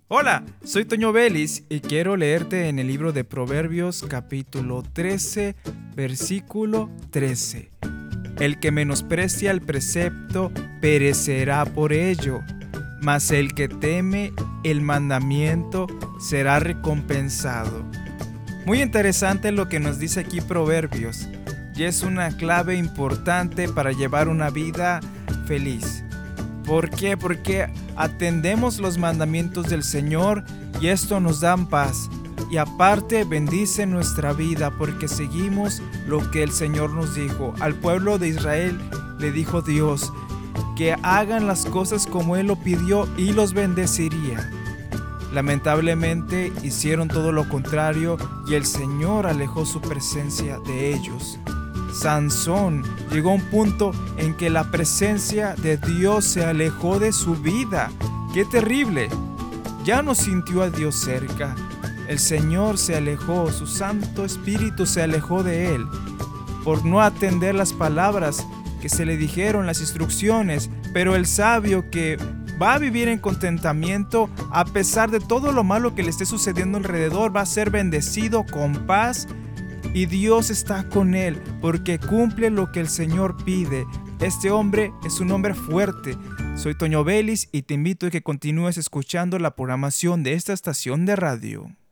Hola, soy Toño Vélez y quiero leerte en el libro de Proverbios capítulo 13, versículo 13. El que menosprecia el precepto perecerá por ello, mas el que teme el mandamiento será recompensado. Muy interesante lo que nos dice aquí Proverbios, y es una clave importante para llevar una vida feliz. ¿Por qué? Porque atendemos los mandamientos del Señor y esto nos da paz. Y aparte bendice nuestra vida porque seguimos lo que el Señor nos dijo. Al pueblo de Israel le dijo Dios que hagan las cosas como Él lo pidió y los bendeciría. Lamentablemente hicieron todo lo contrario y el Señor alejó su presencia de ellos. Sansón llegó a un punto en que la presencia de Dios se alejó de su vida. ¡Qué terrible! Ya no sintió a Dios cerca. El Señor se alejó, su Santo Espíritu se alejó de él por no atender las palabras que se le dijeron, las instrucciones. Pero el sabio que va a vivir en contentamiento a pesar de todo lo malo que le esté sucediendo alrededor, va a ser bendecido con paz. Y Dios está con él porque cumple lo que el Señor pide. Este hombre es un hombre fuerte. Soy Toño Vélez y te invito a que continúes escuchando la programación de esta estación de radio.